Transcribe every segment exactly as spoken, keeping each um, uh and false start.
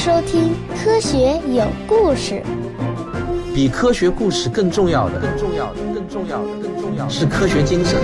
收听《科学有故事》。 比科学故事更重要的，更重要的，更重要的，更重要的是科学精神。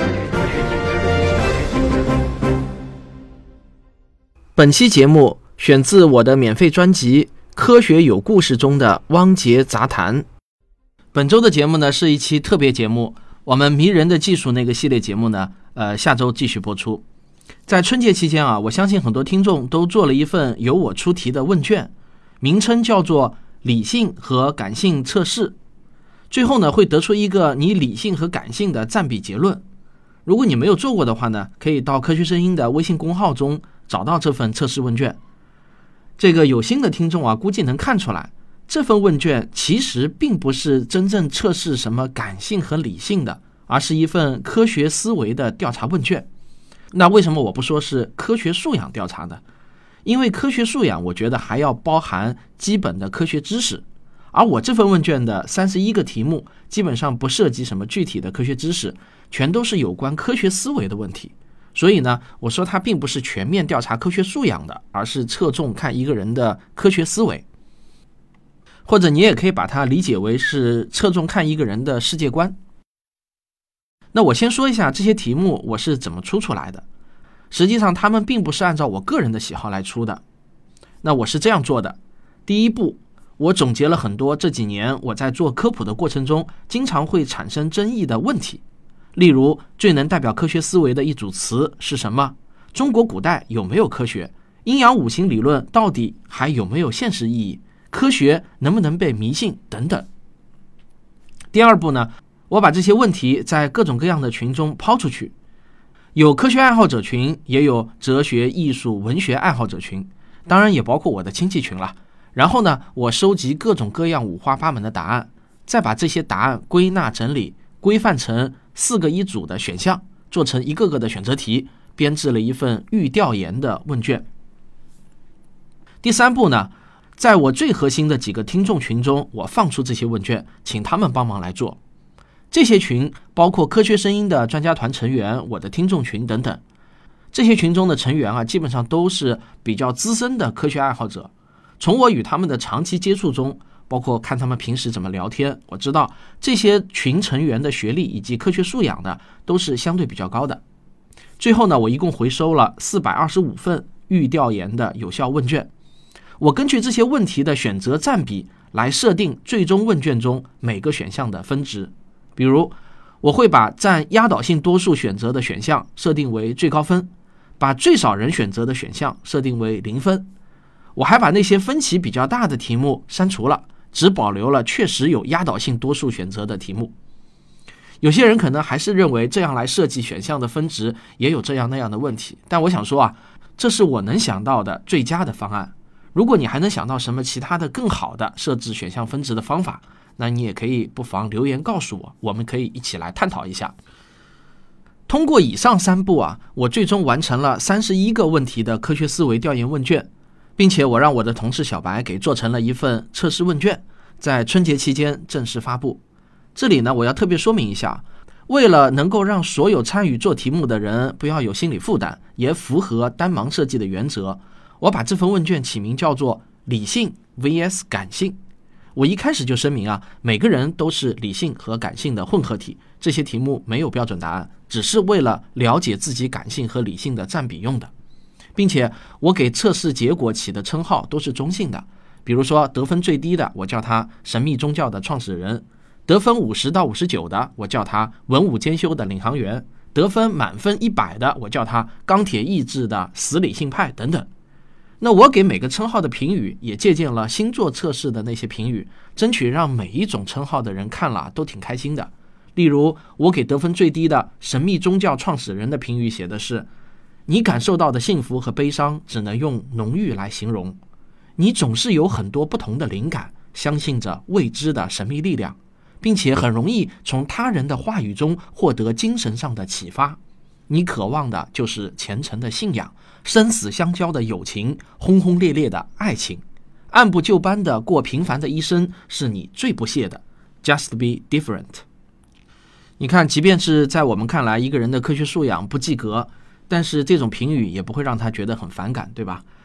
本期节目选自我的免费专辑《科学有故事》中的汪杰杂谈。本周的节目呢是一期特别节目，我们迷人的技术那个系列节目呢，呃，下周继续播出。在春节期间啊，我相信很多听众都做了一份由我出题的问卷，名称叫做理性和感性测试。最后呢，会得出一个你理性和感性的占比结论。如果你没有做过的话呢，可以到科学声音的微信公号中找到这份测试问卷。这个有心的听众啊，估计能看出来，这份问卷其实并不是真正测试什么感性和理性的，而是一份科学思维的调查问卷。那为什么我不说是科学素养调查呢？因为科学素养我觉得还要包含基本的科学知识，而我这份问卷的三十一个题目基本上不涉及什么具体的科学知识，全都是有关科学思维的问题。所以呢，我说它并不是全面调查科学素养的，而是侧重看一个人的科学思维。或者你也可以把它理解为是侧重看一个人的世界观。那我先说一下这些题目我是怎么出出来的。实际上他们并不是按照我个人的喜好来出的。那我是这样做的。第一步，我总结了很多这几年我在做科普的过程中经常会产生争议的问题。例如，最能代表科学思维的一组词是什么？中国古代有没有科学？阴阳五行理论到底还有没有现实意义？科学能不能被迷信？等等。第二步呢，我把这些问题在各种各样的群中抛出去，有科学爱好者群，也有哲学、艺术、文学爱好者群，当然也包括我的亲戚群了。然后呢，我收集各种各样五花八门的答案，再把这些答案归纳整理，规范成四个一组的选项，做成一个个的选择题，编制了一份预调研的问卷。第三步呢，在我最核心的几个听众群中，我放出这些问卷，请他们帮忙来做。这些群包括科学声音的专家团成员，我的听众群等等。这些群中的成员啊，基本上都是比较资深的科学爱好者。从我与他们的长期接触中，包括看他们平时怎么聊天，我知道这些群成员的学历以及科学素养呢，都是相对比较高的。最后呢，我一共回收了四百二十五份预调研的有效问卷。我根据这些问题的选择占比来设定最终问卷中每个选项的分值。比如，我会把占压倒性多数选择的选项设定为最高分，把最少人选择的选项设定为零分。我还把那些分歧比较大的题目删除了，只保留了确实有压倒性多数选择的题目。有些人可能还是认为这样来设计选项的分值也有这样那样的问题，但我想说啊，这是我能想到的最佳的方案。如果你还能想到什么其他的更好的设置选项分值的方法，那你也可以不妨留言告诉我，我们可以一起来探讨一下。通过以上三步啊，我最终完成了三十一个问题的科学思维调研问卷，并且我让我的同事小白给做成了一份测试问卷，在春节期间正式发布。这里呢，我要特别说明一下，为了能够让所有参与做题目的人不要有心理负担，也符合单盲设计的原则，我把这份问卷起名叫做理性 V S 感性。我一开始就声明啊，每个人都是理性和感性的混合体，这些题目没有标准答案，只是为了了解自己感性和理性的占比用的。并且我给测试结果起的称号都是中性的，比如说得分最低的我叫他神秘宗教的创始人，得分五十到五十九的我叫他文武兼修的领航员，得分满分一百的我叫他钢铁意志的死理性派等等。那我给每个称号的评语也借鉴了星座测试的那些评语，争取让每一种称号的人看了都挺开心的。例如，我给得分最低的神秘宗教创始人的评语写的是：你感受到的幸福和悲伤只能用浓郁来形容，你总是有很多不同的灵感，相信着未知的神秘力量，并且很容易从他人的话语中获得精神上的启发。你渴望的就是虔诚的信仰，生死相交的友情，轰轰烈烈的爱情。按部就班的过平凡的一生是你最不屑的。 Just be different。 你看，即便是在我们看来一个人的科学素养不及格，但是这种评语也不会让他觉得很反感，对吧？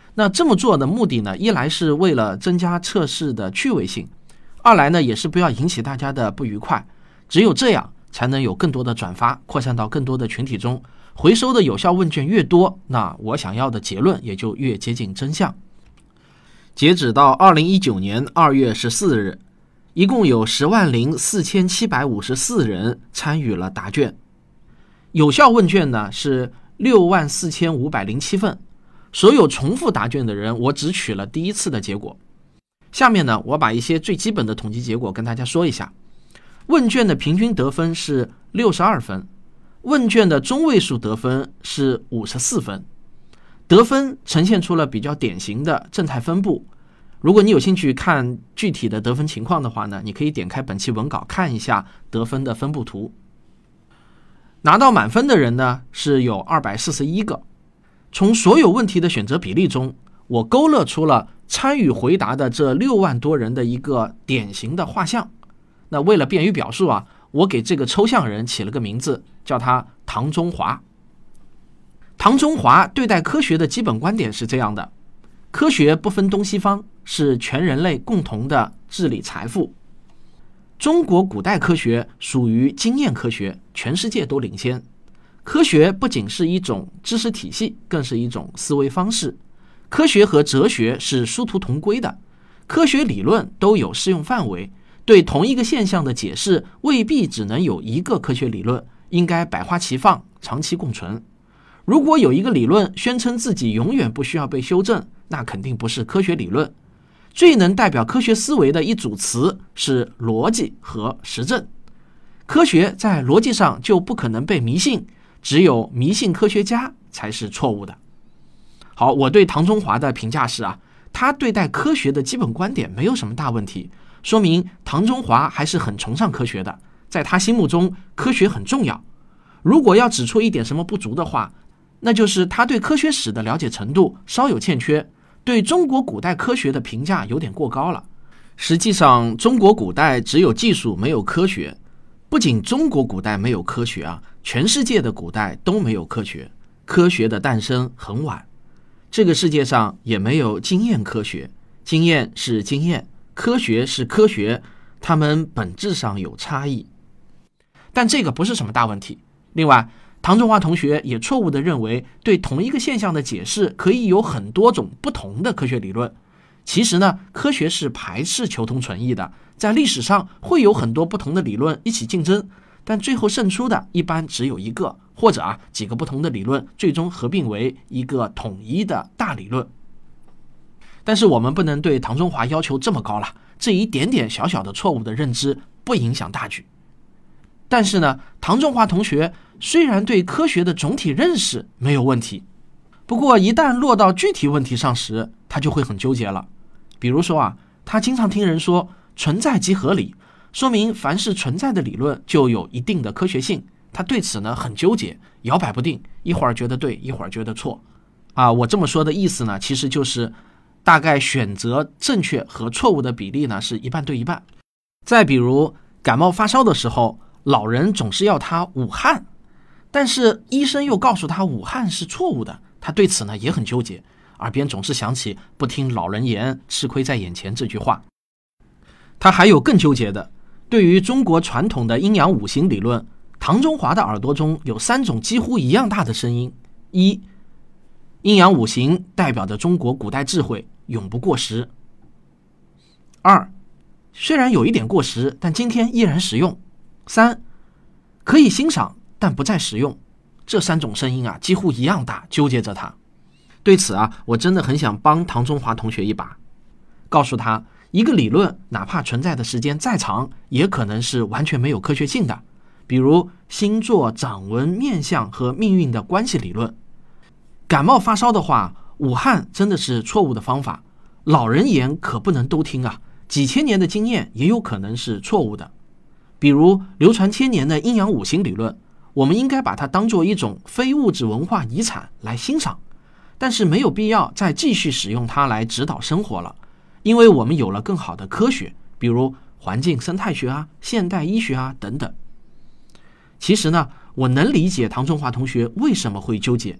那这么做的目的呢，一来是为了增加测试的趣味性，二来呢也是不要引起大家的不愉快。只有这样才能有更多的转发，扩散到更多的群体中，回收的有效问卷越多，那我想要的结论也就越接近真相。截止到二零一九年二月十四日，一共有十万零四千七百五十四人参与了答卷，有效问卷呢是六万四千五百零七份。所有重复答卷的人，我只取了第一次的结果。下面呢，我把一些最基本的统计结果跟大家说一下。问卷的平均得分是六十二分，问卷的中位数得分是五十四分。得分呈现出了比较典型的正态分布。如果你有兴趣看具体的得分情况的话呢，你可以点开本期文稿看一下得分的分布图。拿到满分的人呢是有二百四十一个。从所有问题的选择比例中，我勾勒出了参与回答的这六万多人的一个典型的画像。那为了便于表述啊，我给这个抽象人起了个名字，叫他唐中华。唐中华对待科学的基本观点是这样的：科学不分东西方，是全人类共同的治理财富。中国古代科学属于经验科学，全世界都领先。科学不仅是一种知识体系，更是一种思维方式。科学和哲学是殊途同归的，科学理论都有适用范围，对同一个现象的解释未必只能有一个科学理论，应该百花齐放，长期共存。如果有一个理论宣称自己永远不需要被修正，那肯定不是科学理论。最能代表科学思维的一组词是逻辑和实证。科学在逻辑上就不可能被迷信，只有迷信科学家才是错误的。好，我对唐中华的评价是啊，他对待科学的基本观点没有什么大问题，说明唐中华还是很崇尚科学的，在他心目中科学很重要。如果要指出一点什么不足的话，那就是他对科学史的了解程度稍有欠缺，对中国古代科学的评价有点过高了。实际上，中国古代只有技术没有科学。不仅中国古代没有科学啊，全世界的古代都没有科学。科学的诞生很晚。这个世界上也没有经验科学，经验是经验，科学是科学，它们本质上有差异。但这个不是什么大问题。另外，唐中华同学也错误地认为，对同一个现象的解释可以有很多种不同的科学理论。其实呢，科学是排斥求同存异的，在历史上会有很多不同的理论一起竞争，但最后胜出的一般只有一个，或者啊几个不同的理论最终合并为一个统一的大理论。但是我们不能对唐中华要求这么高了，这一点点小小的错误的认知不影响大局。但是呢，唐中华同学虽然对科学的总体认识没有问题，不过一旦落到具体问题上时，他就会很纠结了。比如说啊，他经常听人说存在即合理，说明凡是存在的理论就有一定的科学性。他对此呢很纠结，摇摆不定，一会儿觉得对，一会儿觉得错。啊，我这么说的意思呢，其实就是大概选择正确和错误的比例呢是一半对一半。再比如感冒发烧的时候，老人总是要他捂汗，但是医生又告诉他捂汗是错误的，他对此呢也很纠结，耳边总是想起不听老人言，吃亏在眼前这句话。他还有更纠结的，对于中国传统的阴阳五行理论，唐中华的耳朵中有三种几乎一样大的声音：一、阴阳五行代表着中国古代智慧，永不过时；二、虽然有一点过时，但今天依然实用；三、可以欣赏，但不再实用。这三种声音啊，几乎一样大，纠结着他。对此啊，我真的很想帮唐中华同学一把，告诉他，一个理论哪怕存在的时间再长，也可能是完全没有科学性的。比如星座、掌纹、面相和命运的关系理论。感冒发烧的话，捂汗真的是错误的方法，老人言可不能都听啊，几千年的经验也有可能是错误的。比如流传千年的阴阳五行理论，我们应该把它当作一种非物质文化遗产来欣赏，但是没有必要再继续使用它来指导生活了，因为我们有了更好的科学，比如环境生态学啊、现代医学啊等等。其实呢，我能理解唐中华同学为什么会纠结，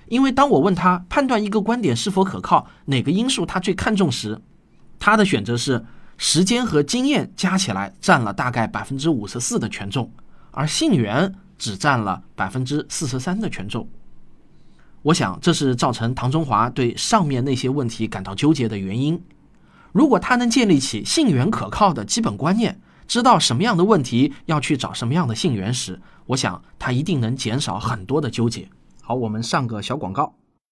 因为当我问他判断一个观点是否可靠，哪个因素他最看重时，他的选择是时间和经验加起来占了大概 百分之五十四 的权重，而信源只占了 百分之四十三 的权重。我想这是造成唐中华对上面那些问题感到纠结的原因。如果他能建立起信源可靠的基本观念，知道什么样的问题要去找什么样的信源时，我想他一定能减少很多的纠结。好，我们上个小广告。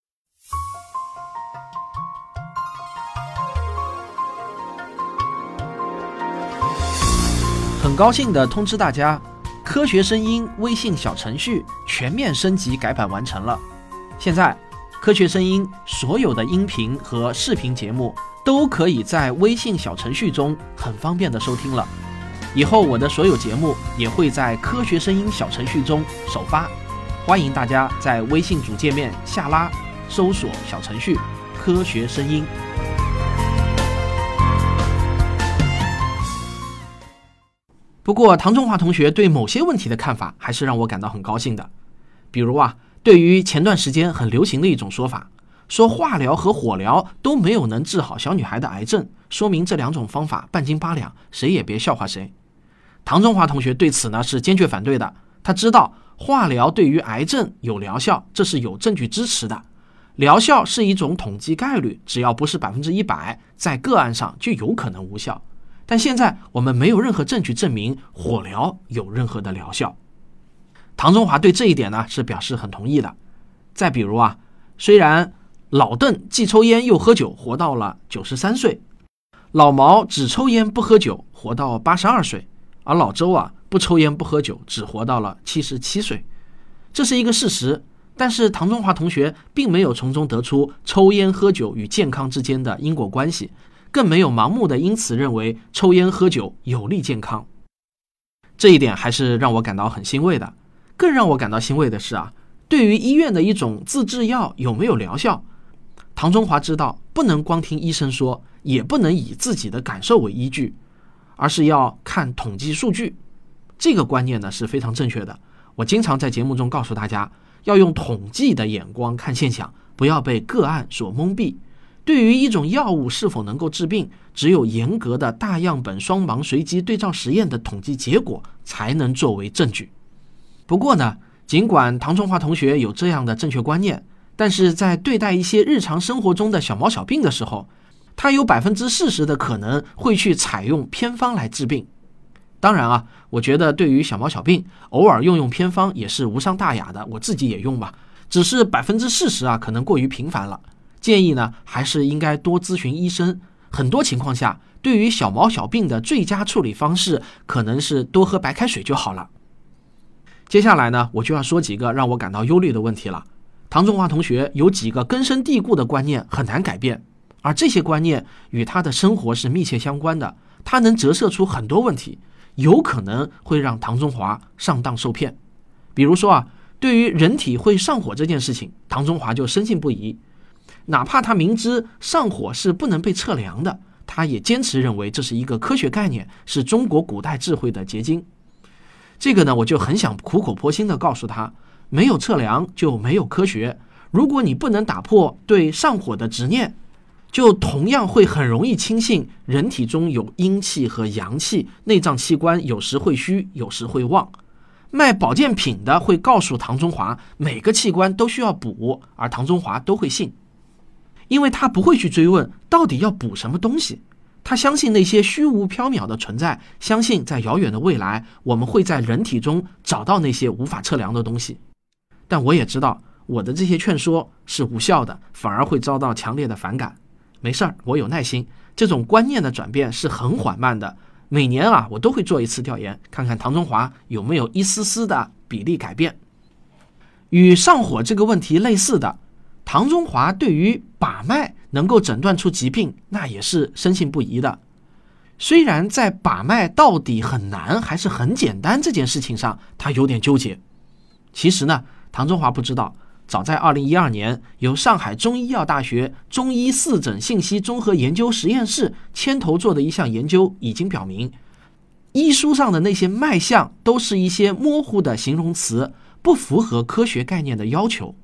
很高兴地通知大家，科学声音微信小程序全面升级改版完成了。现在科学声音所有的音频和视频节目都可以在微信小程序中很方便地收听了。以后我的所有节目也会在科学声音小程序中首发，欢迎大家在微信主界面下拉搜索小程序科学声音。不过唐中华同学对某些问题的看法还是让我感到很高兴的。比如啊，对于前段时间很流行的一种说法，说化疗和火疗都没有能治好小女孩的癌症，说明这两种方法半斤八两，谁也别笑话谁。唐中华同学对此呢是坚决反对的，他知道化疗对于癌症有疗效，这是有证据支持的。疗效是一种统计概率，只要不是百分之一百，在个案上就有可能无效。但现在我们没有任何证据证明火疗有任何的疗效。唐中华对这一点呢是表示很同意的。再比如啊，虽然老邓既抽烟又喝酒，活到了九十三岁，老毛只抽烟不喝酒，活到八十二岁，而老周啊不抽烟不喝酒，只活到了七十七岁。这是一个事实，但是唐中华同学并没有从中得出抽烟喝酒与健康之间的因果关系，更没有盲目的因此认为抽烟喝酒有利健康。这一点还是让我感到很欣慰的。更让我感到欣慰的是啊，对于医院的一种自制药有没有疗效，唐中华知道不能光听医生说，也不能以自己的感受为依据，而是要看统计数据。这个观念呢是非常正确的。我经常在节目中告诉大家，要用统计的眼光看现象，不要被个案所蒙蔽。对于一种药物是否能够治病，只有严格的大样本双盲随机对照实验的统计结果才能作为证据。不过呢，尽管唐中华同学有这样的正确观念，但是在对待一些日常生活中的小毛小病的时候，他有 百分之四十 的可能会去采用偏方来治病。当然啊，我觉得对于小毛小病，偶尔用用偏方也是无伤大雅的，我自己也用吧。只是 百分之四十 啊，可能过于频繁了。建议呢，还是应该多咨询医生。很多情况下，对于小毛小病的最佳处理方式，可能是多喝白开水就好了。接下来呢，我就要说几个让我感到忧虑的问题了。唐中华同学有几个根深蒂固的观念很难改变，而这些观念与他的生活是密切相关的，他能折射出很多问题，有可能会让唐中华上当受骗。比如说啊，对于人体会上火这件事情，唐中华就深信不疑。哪怕他明知上火是不能被测量的，他也坚持认为这是一个科学概念，是中国古代智慧的结晶。这个呢，我就很想苦口婆心地告诉他，没有测量就没有科学。如果你不能打破对上火的执念，就同样会很容易轻信人体中有阴气和阳气，内脏器官有时会虚，有时会旺。卖保健品的会告诉唐中华每个器官都需要补，而唐中华都会信，因为他不会去追问到底要补什么东西。他相信那些虚无缥缈的存在，相信在遥远的未来，我们会在人体中找到那些无法测量的东西。但我也知道，我的这些劝说是无效的，反而会遭到强烈的反感。没事儿，我有耐心。这种观念的转变是很缓慢的，每年啊，我都会做一次调研，看看唐中华有没有一丝丝的比例改变。与上火这个问题类似的，唐中华对于把脉能够诊断出疾病，那也是深信不疑的。虽然在把脉到底很难还是很简单这件事情上，他有点纠结。其实呢，唐中华不知道，早在二零一二年，由上海中医药大学中医四诊信息综合研究实验室牵头做的一项研究已经表明，医书上的那些脉象都是一些模糊的形容词，不符合科学概念的要求。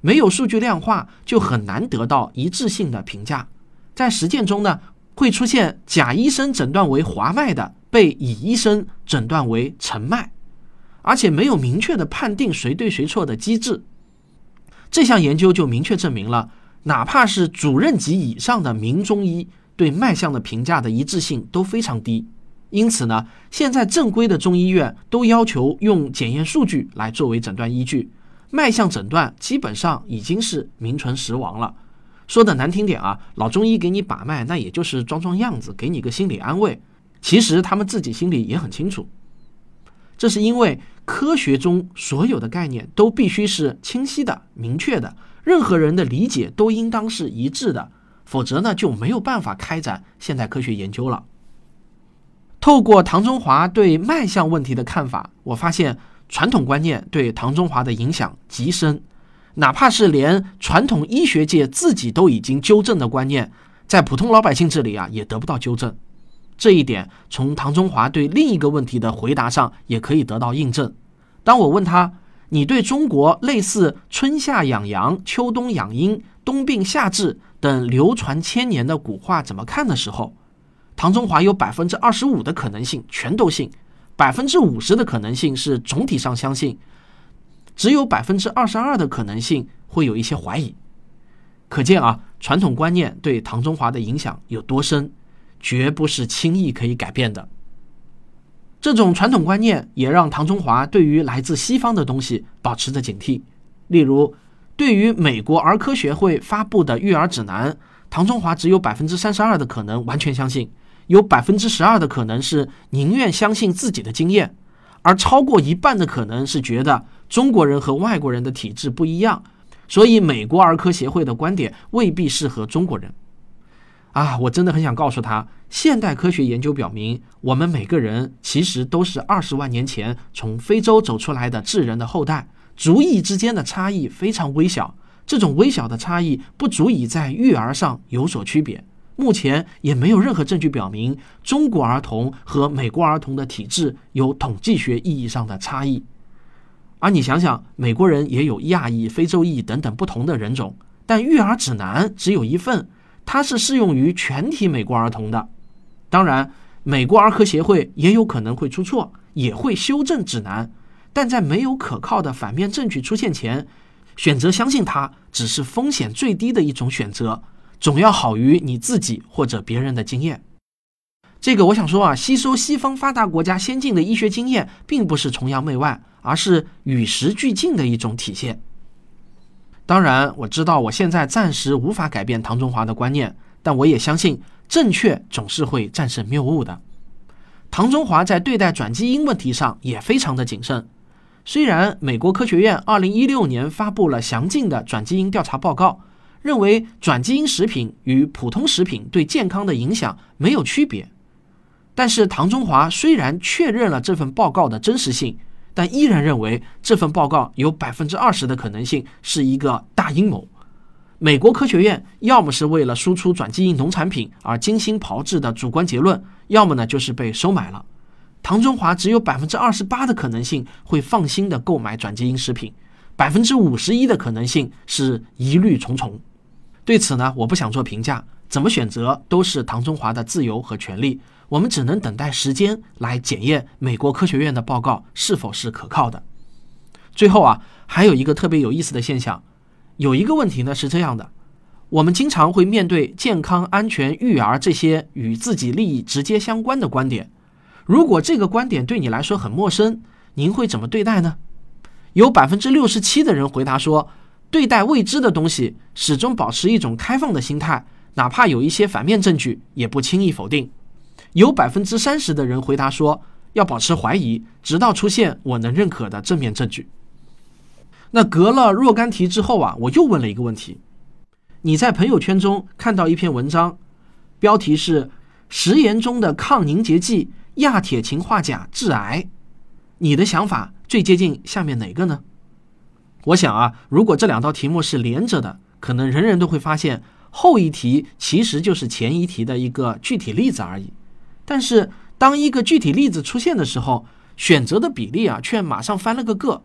没有数据量化，就很难得到一致性的评价。在实践中呢，会出现甲医生诊断为滑脉的被乙医生诊断为沉脉，而且没有明确的判定谁对谁错的机制。这项研究就明确证明了，哪怕是主任级以上的名中医对脉象的评价的一致性都非常低。因此呢，现在正规的中医院都要求用检验数据来作为诊断依据，脉象诊断基本上已经是名存实亡了。说的难听点啊，老中医给你把脉，那也就是装装样子，给你个心理安慰，其实他们自己心里也很清楚。这是因为科学中所有的概念都必须是清晰的、明确的，任何人的理解都应当是一致的，否则呢就没有办法开展现代科学研究了。透过唐中华对脉象问题的看法，我发现传统观念对唐中华的影响极深，哪怕是连传统医学界自己都已经纠正的观念，在普通老百姓这里啊也得不到纠正。这一点从唐中华对另一个问题的回答上也可以得到印证。当我问他，你对中国类似春夏养阳、秋冬养阴、冬病夏治等流传千年的古话怎么看的时候，唐中华有 百分之二十五 的可能性全都信， 百分之五十 的可能性是总体上相信，只有 百分之二十二 的可能性会有一些怀疑。可见啊，传统观念对唐中华的影响有多深，绝不是轻易可以改变的。这种传统观念也让唐中华对于来自西方的东西保持着警惕。例如，对于美国儿科学会发布的育儿指南，唐中华只有 百分之三十二 的可能完全相信，有 百分之十二 的可能是宁愿相信自己的经验，而超过一半的可能是觉得中国人和外国人的体质不一样，所以美国儿科协会的观点未必适合中国人。啊，我真的很想告诉他，现代科学研究表明，我们每个人其实都是二十万年前从非洲走出来的智人的后代，族裔之间的差异非常微小，这种微小的差异不足以在育儿上有所区别。目前也没有任何证据表明中国儿童和美国儿童的体质有统计学意义上的差异。而你想想，美国人也有亚裔、非洲裔等等不同的人种，但育儿指南只有一份，它是适用于全体美国儿童的。当然，美国儿科协会也有可能会出错，也会修正指南，但在没有可靠的反面证据出现前，选择相信它只是风险最低的一种选择，总要好于你自己或者别人的经验。这个我想说啊，吸收西方发达国家先进的医学经验，并不是崇洋媚外，而是与时俱进的一种体现。当然，我知道我现在暂时无法改变唐中华的观念，但我也相信正确总是会战胜谬误的。唐中华在对待转基因问题上也非常的谨慎。虽然美国科学院二零一六年发布了详尽的转基因调查报告，认为转基因食品与普通食品对健康的影响没有区别，但是唐中华虽然确认了这份报告的真实性，但依然认为这份报告有 百分之二十 的可能性是一个大阴谋。美国科学院要么是为了输出转基因农产品而精心炮制的主观结论，要么呢就是被收买了。唐中华只有 百分之二十八 的可能性会放心的购买转基因食品， 百分之五十一 的可能性是疑虑重重。对此呢，我不想做评价，怎么选择都是唐中华的自由和权利，我们只能等待时间来检验美国科学院的报告是否是可靠的。最后啊，还有一个特别有意思的现象，有一个问题呢是这样的，我们经常会面对健康、安全、育儿这些与自己利益直接相关的观点，如果这个观点对你来说很陌生，您会怎么对待呢？有 百分之六十七 的人回答说，对待未知的东西始终保持一种开放的心态，哪怕有一些反面证据也不轻易否定。有 百分之三十 的人回答说，要保持怀疑，直到出现我能认可的正面证据。那隔了若干题之后啊，我又问了一个问题，你在朋友圈中看到一篇文章，标题是食盐中的抗凝结剂亚铁氰化钾致癌，你的想法最接近下面哪个呢？我想啊，如果这两道题目是连着的，可能人人都会发现后一题其实就是前一题的一个具体例子而已。但是当一个具体例子出现的时候，选择的比例啊却马上翻了个个。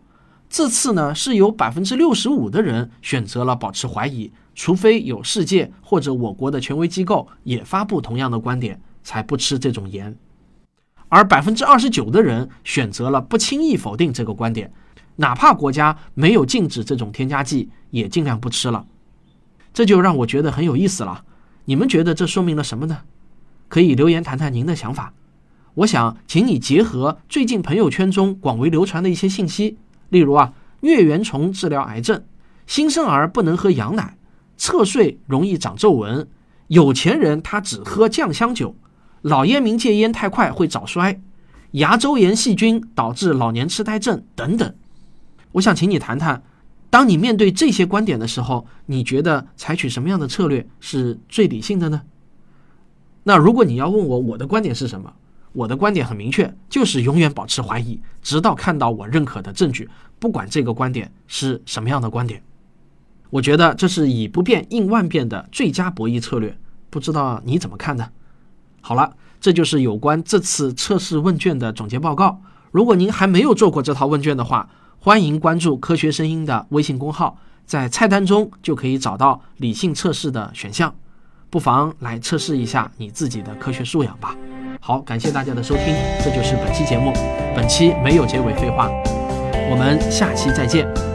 这次呢是有 百分之六十五 的人选择了保持怀疑，除非有世界或者我国的权威机构也发布同样的观点，才不吃这种盐。而 百分之二十九 的人选择了不轻易否定这个观点，哪怕国家没有禁止这种添加剂，也尽量不吃了。这就让我觉得很有意思了。你们觉得这说明了什么呢？可以留言谈谈您的想法。我想请你结合最近朋友圈中广为流传的一些信息，例如啊，疟原虫治疗癌症，新生儿不能喝羊奶，侧睡容易长皱纹，有钱人他只喝酱香酒，老烟民戒烟太快会早衰，牙周炎细菌导致老年痴呆症等等。我想请你谈谈，当你面对这些观点的时候，你觉得采取什么样的策略是最理性的呢？那如果你要问我我的观点是什么，我的观点很明确，就是永远保持怀疑，直到看到我认可的证据，不管这个观点是什么样的观点。我觉得这是以不变应万变的最佳博弈策略，不知道你怎么看呢？好了，这就是有关这次测试问卷的总结报告。如果您还没有做过这套问卷的话，欢迎关注科学声音的微信公号，在菜单中就可以找到理性测试的选项，不妨来测试一下你自己的科学素养吧。好，感谢大家的收听，这就是本期节目，本期没有结尾废话，我们下期再见。